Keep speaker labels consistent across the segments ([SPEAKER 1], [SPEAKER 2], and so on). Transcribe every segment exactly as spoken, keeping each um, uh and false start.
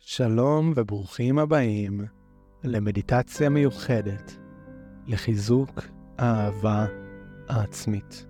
[SPEAKER 1] שלום וברוכים הבאים למדיטציה מיוחדת לחיזוק האהבה העצמית.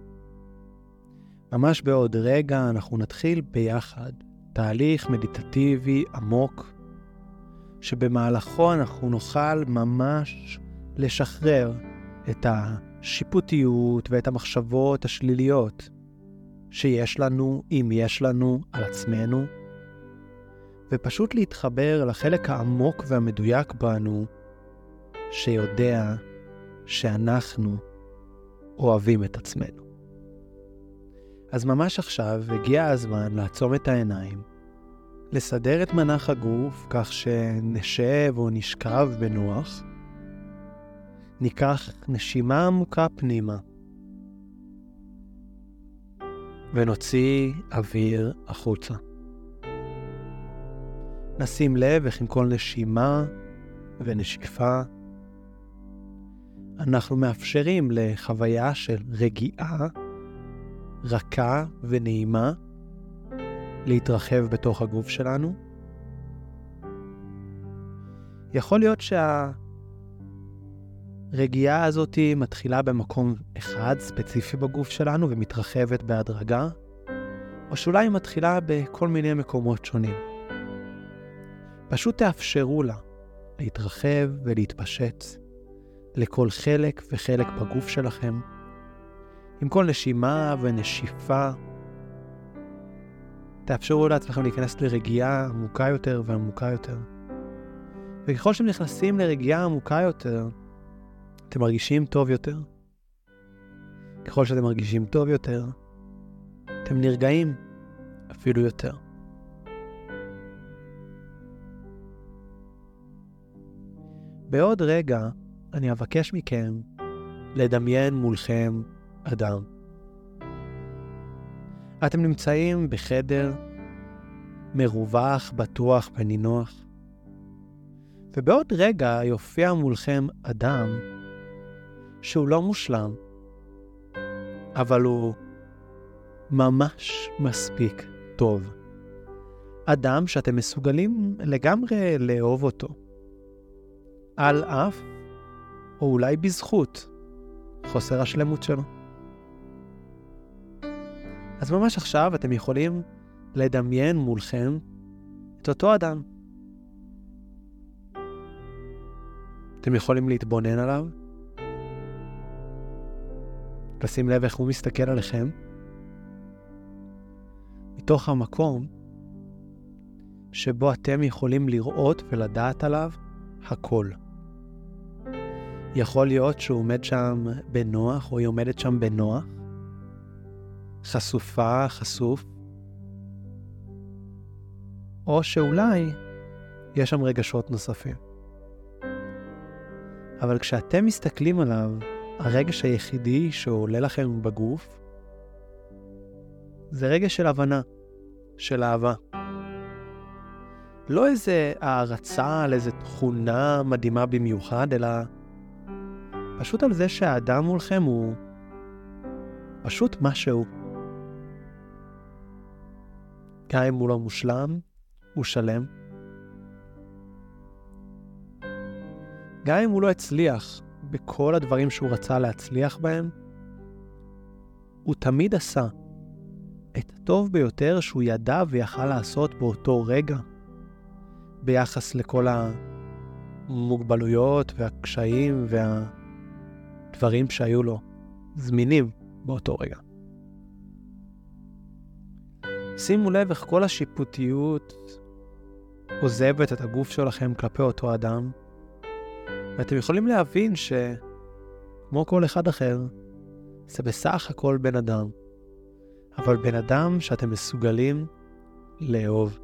[SPEAKER 1] ממש בעוד רגע אנחנו נתחיל ביחד תהליך מדיטטיבי עמוק שבמהלכו אנחנו נוכל ממש לשחרר את השיפוטיות ואת המחשבות השליליות שיש לנו, אם יש לנו, על עצמנו, ופשוט להתחבר לחלק העמוק והמדויק בנו שיודע שאנחנו אוהבים את עצמנו. אז ממש עכשיו הגיע הזמן לעצום את העיניים, לסדר את מנח הגוף כך שנשב או נשכב בנוח, ניקח נשימה עמוקה פנימה ונוציא אוויר החוצה. נשים לב איך עם כל נשימה ונשיפה אנחנו מאפשרים לחוויה של רגיעה, רכה ונעימה להתרחב בתוך הגוף שלנו. יכול להיות שהרגיעה הזאת מתחילה במקום אחד ספציפי בגוף שלנו ומתרחבת בהדרגה, או שאולי היא מתחילה בכל מיני מקומות שונים. פשוט תאפשרו לה להתרחב ולהתפשט לכל חלק וחלק בגוף שלכם. עם כל נשימה ונשיפה, תאפשרו לעצמכם להיכנס לרגיעה עמוקה יותר ועמוקה יותר. וככל שאתם נכנסים לרגיעה עמוקה יותר, אתם מרגישים טוב יותר. ככל שאתם מרגישים טוב יותר, אתם נרגעים אפילו יותר. בעוד רגע אני אבקש מכם לדמיין מולכם אדם. אתם נמצאים בחדר מרווח, בטוח ונינוח, ובעוד רגע יופיע מולכם אדם שהוא לא מושלם, אבל הוא ממש מספיק טוב. אדם שאתם מסוגלים לגמרי לאהוב אותו. על אף, או אולי בזכות, חוסר השלמות שלו. אז ממש עכשיו אתם יכולים לדמיין מולכם את אותו אדם. אתם יכולים להתבונן עליו, לשים לב איך הוא מסתכל עליכם, מתוך המקום שבו אתם יכולים לראות ולדעת עליו הכל. יכול להיות שהוא עומד שם בנוח, או היא עומדת שם בנוח, חשופה, חשוף, או שאולי יש שם רגשות נוספים. אבל כשאתם מסתכלים עליו, הרגש היחידי שעולה לכם בגוף, זה רגש של הבנה, של אהבה. לא איזה הערצה על איזה תכונה מדהימה במיוחד, אלא פשוט על זה שהאדם מולכם הוא פשוט משהו. גם אם הוא לא מושלם, הוא שלם. גם אם הוא לא הצליח בכל הדברים שהוא רצה להצליח בהם, הוא תמיד עשה את הטוב ביותר שהוא ידע ויכל לעשות באותו רגע, ביחס לכל המוגבלויות והקשיים והדברים שהיו לו זמינים באותו רגע. שימו לב איך כל השיפוטיות עוזבת את הגוף שלכם כלפי אותו אדם, ואתם יכולים להבין שכמו כל אחד אחר, זה בסך הכל בן אדם, אבל בן אדם שאתם מסוגלים לאהוב.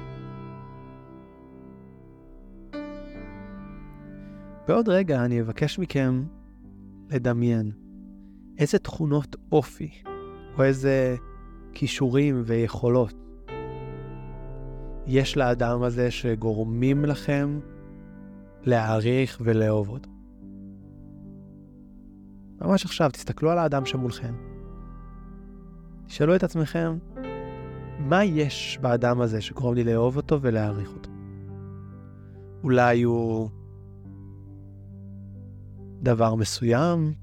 [SPEAKER 1] בעוד רגע אני אבקש מכם לדמיין איזה תכונות אופי או איזה כישורים ויכולות יש לאדם הזה שגורמים לכם להעריך ולאהוב אותו. ממש עכשיו תסתכלו על האדם שמולכם. תשאלו את עצמכם, מה יש באדם הזה שגורם לי לאהוב אותו ולהעריך אותו? אולי הוא דבר מסוים,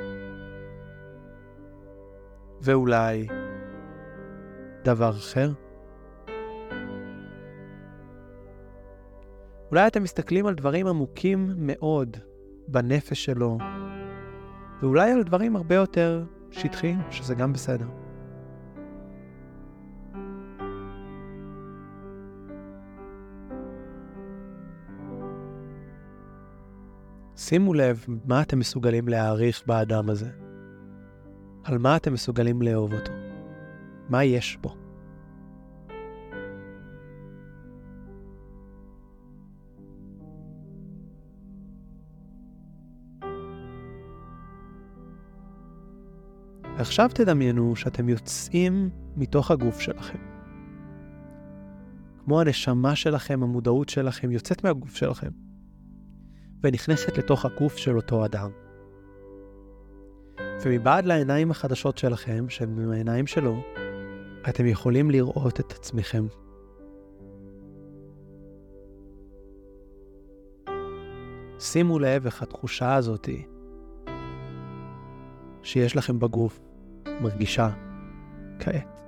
[SPEAKER 1] ואולי דבר אחר. אולי אתם מסתכלים על דברים עמוקים מאוד בנפש שלו, ואולי על דברים הרבה יותר שטחיים, שזה גם בסדר. שימו לב מה אתם מסוגלים להעריך באדם הזה. על מה אתם מסוגלים לאהוב אותו. מה יש בו. ועכשיו תדמיינו שאתם יוצאים מתוך הגוף שלכם. כמו הנשמה שלכם, המודעות שלכם יוצאת מהגוף שלכם. ונכנסת לתוך הגוף של אותו אדם. ומבעד לעיניים החדשות שלכם, שהן העיניים שלו, אתם יכולים לראות את עצמכם. שימו לב איך התחושה הזאת שיש לכם בגוף מרגישה כעת.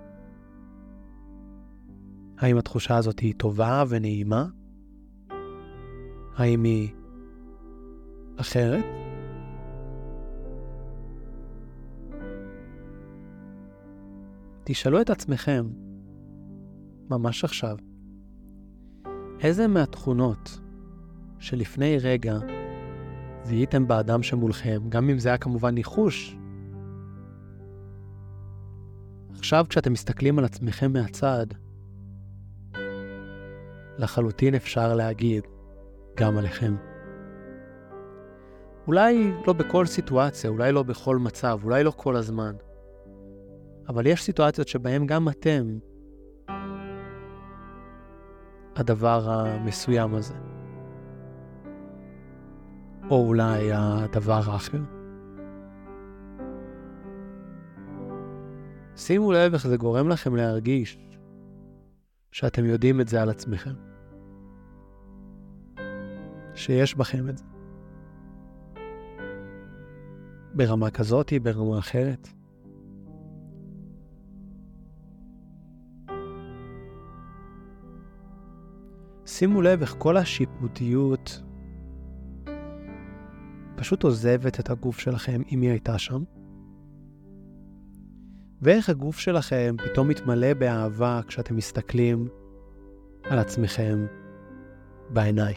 [SPEAKER 1] האם התחושה הזאת היא טובה ונעימה? האם היא אחרת? תשאלו את עצמכם, ממש עכשיו, איזה מהתכונות שלפני רגע זיהיתם באדם שמולכם, גם אם זה היה כמובן ניחוש, עכשיו כשאתם מסתכלים על עצמכם מהצד, לחלוטין אפשר להגיד גם עליכם. אולי לא בכל סיטואציה, אולי לא בכל מצב, אולי לא כל הזמן. אבל יש סיטואציות שבהן גם אתם הדבר המסוים הזה. או אולי הדבר האחר. שימו לב איך זה גורם לכם להרגיש שאתם יודעים את זה על עצמכם. שיש בכם את זה. ברמה כזאת, ברמה אחרת. שימו לב איך כל השיפוטיות פשוט עוזבת את הגוף שלכם אם היא הייתה שם. ואיך הגוף שלכם פתאום מתמלא באהבה כשאתם מסתכלים על עצמכם בעיניי.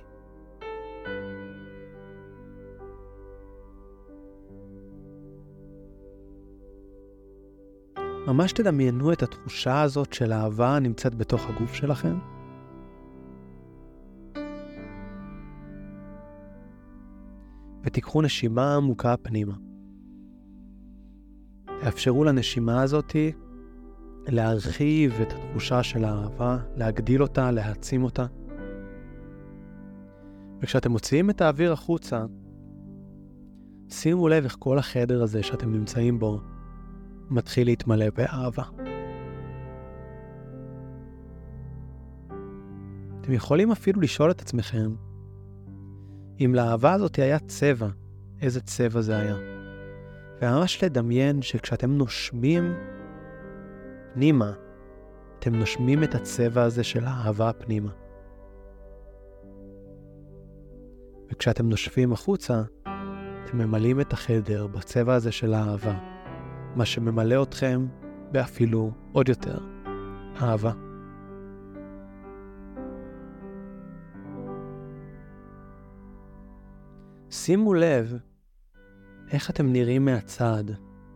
[SPEAKER 1] ממש תדמיינו את התחושה הזאת של אהבה נמצאת בתוך הגוף שלכם. ותיקחו נשימה עמוקה פנימה. תאפשרו לנשימה הזאת להרחיב את התחושה של האהבה, להגדיל אותה, להעצים אותה. וכשאתם מוציאים את האוויר החוצה, שימו לב איך כל החדר הזה שאתם נמצאים בו מתחיל להתמלא באהבה. אתם יכולים אפילו לשאול את עצמכם, אם לאהבה הזאת היה צבע, איזה צבע זה היה? וממש לדמיין שכשאתם נושמים פנימה, אתם נושמים את הצבע הזה של האהבה פנימה. וכשאתם נושפים החוצה, אתם ממלאים את החדר בצבע הזה של האהבה, מה שממלא אתכם באפילו עוד יותר אהבה. שימו לב איך אתם נראים מהצד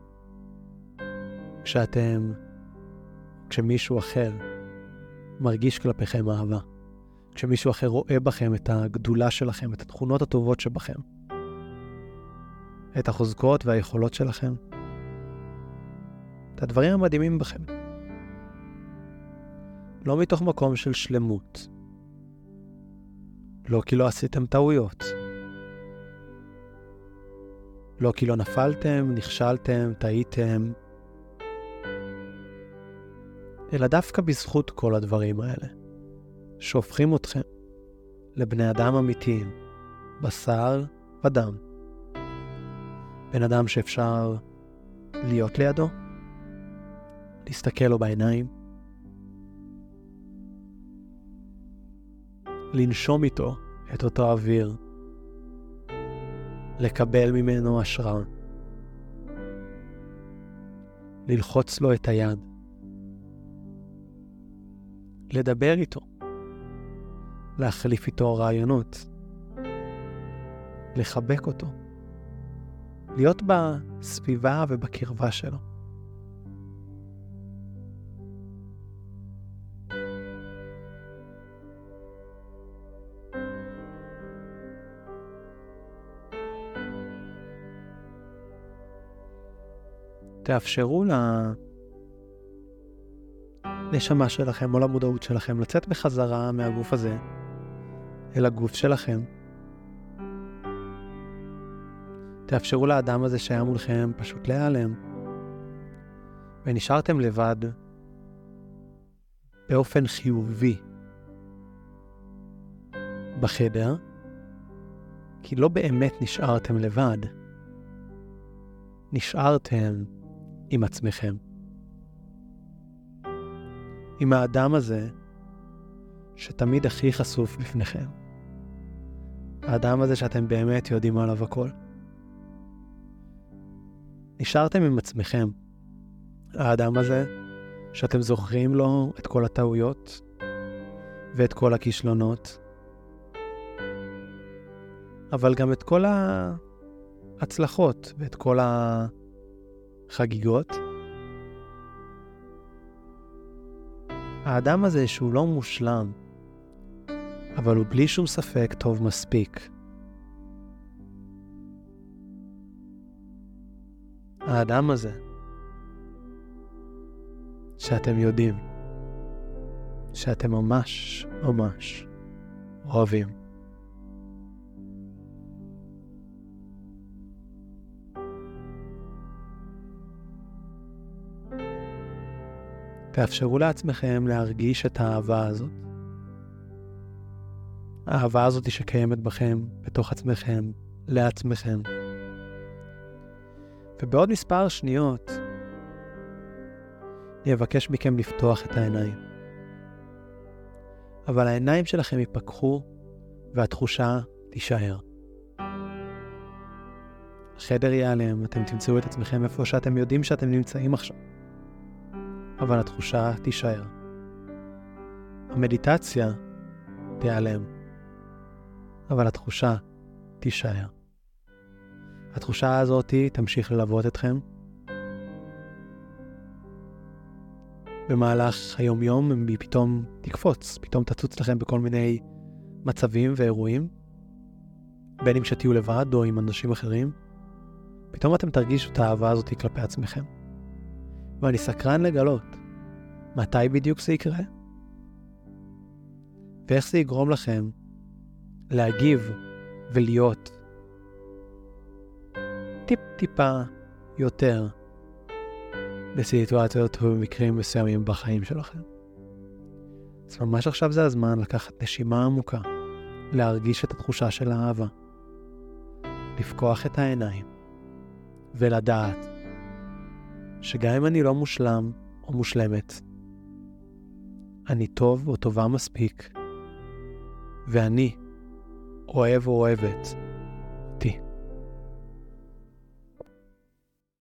[SPEAKER 1] כשאתם, כשמישהו אחר מרגיש כלפיכם אהבה. כשמישהו אחר רואה בכם את הגדולה שלכם, את התכונות הטובות שבכם. את החוזקות והיכולות שלכם. את הדברים המדהימים בכם. לא מתוך מקום של שלמות. לא כי לא עשיתם טעויות. לא כי לא נפלתם, נכשלתם, טעיתם. אלא דווקא בזכות כל הדברים האלה. שהופכים אתכם לבני אדם אמיתיים, בשר ודם. בן אדם שאפשר להיות לידו, להסתכל לו בעיניים, לנשום איתו את אותו אוויר, לקבל ממנו השראה, ללחוץ לו את היד, לדבר איתו, להחליף איתו רעיונות, לחבק אותו, להיות בסביבה ובקרבה שלו. תאפשרו לנשמה שלכם או למודעות שלכם לצאת בחזרה מהגוף הזה אל הגוף שלכם. תאפשרו לאדם הזה שהיה מולכם פשוט להיעלם, ונשארתם לבד באופן חיובי בחדר, כי לא באמת נשארתם לבד, נשארתם עם עצמכם, עם האדם הזה שתמיד הכי חשוף בפניכם, האדם הזה שאתם באמת יודעים עליו הכל. נשארתם עם עצמכם, האדם הזה שאתם זוכרים לו את כל הטעויות ואת כל הכישלונות, אבל גם את כל ההצלחות ואת כל החגיגות. האדם הזה שהוא לא מושלם, אבל הוא בלי שום ספק טוב מספיק. האדם הזה שאתם יודעים שאתם ממש ממש אוהבים. תאפשרו לעצמכם להרגיש את האהבה הזאת. האהבה הזאת שקיימת בכם, בתוך עצמכם, לעצמכם. ובעוד מספר שניות, אני אבקש מכם לפתוח את העיניים. אבל העיניים שלכם ייפקחו, והתחושה תישאר. החדר ייעלם, אתם תמצאו את עצמכם איפה שאתם יודעים שאתם נמצאים עכשיו. אבל התחושה תישאר. המדיטציה תיעלם, אבל התחושה תישאר. התחושה הזאת תמשיך ללוות אתכם. במהלך היום-יום היא פתאום תקפוץ, פתאום תצוץ לכם בכל מיני מצבים ואירועים, בין אם שתהיו לבד או עם אנשים אחרים. פתאום אתם תרגישו את האהבה הזאת כלפי עצמכם. ואני סקרן לגלות מתי בדיוק זה יקרה, ואיך זה יגרום לכם להגיב ולהיות טיפ-טיפה יותר בסיטואציות ובמקרים מסוימים בחיים שלכם. אז ממש עכשיו זה הזמן לקחת נשימה עמוקה, להרגיש את התחושה של האהבה, לפקוח את העיניים ולדעת שגם אם אני לא מושלם או מושלמת, אני טוב או טובה מספיק, ואני אוהב או אוהבת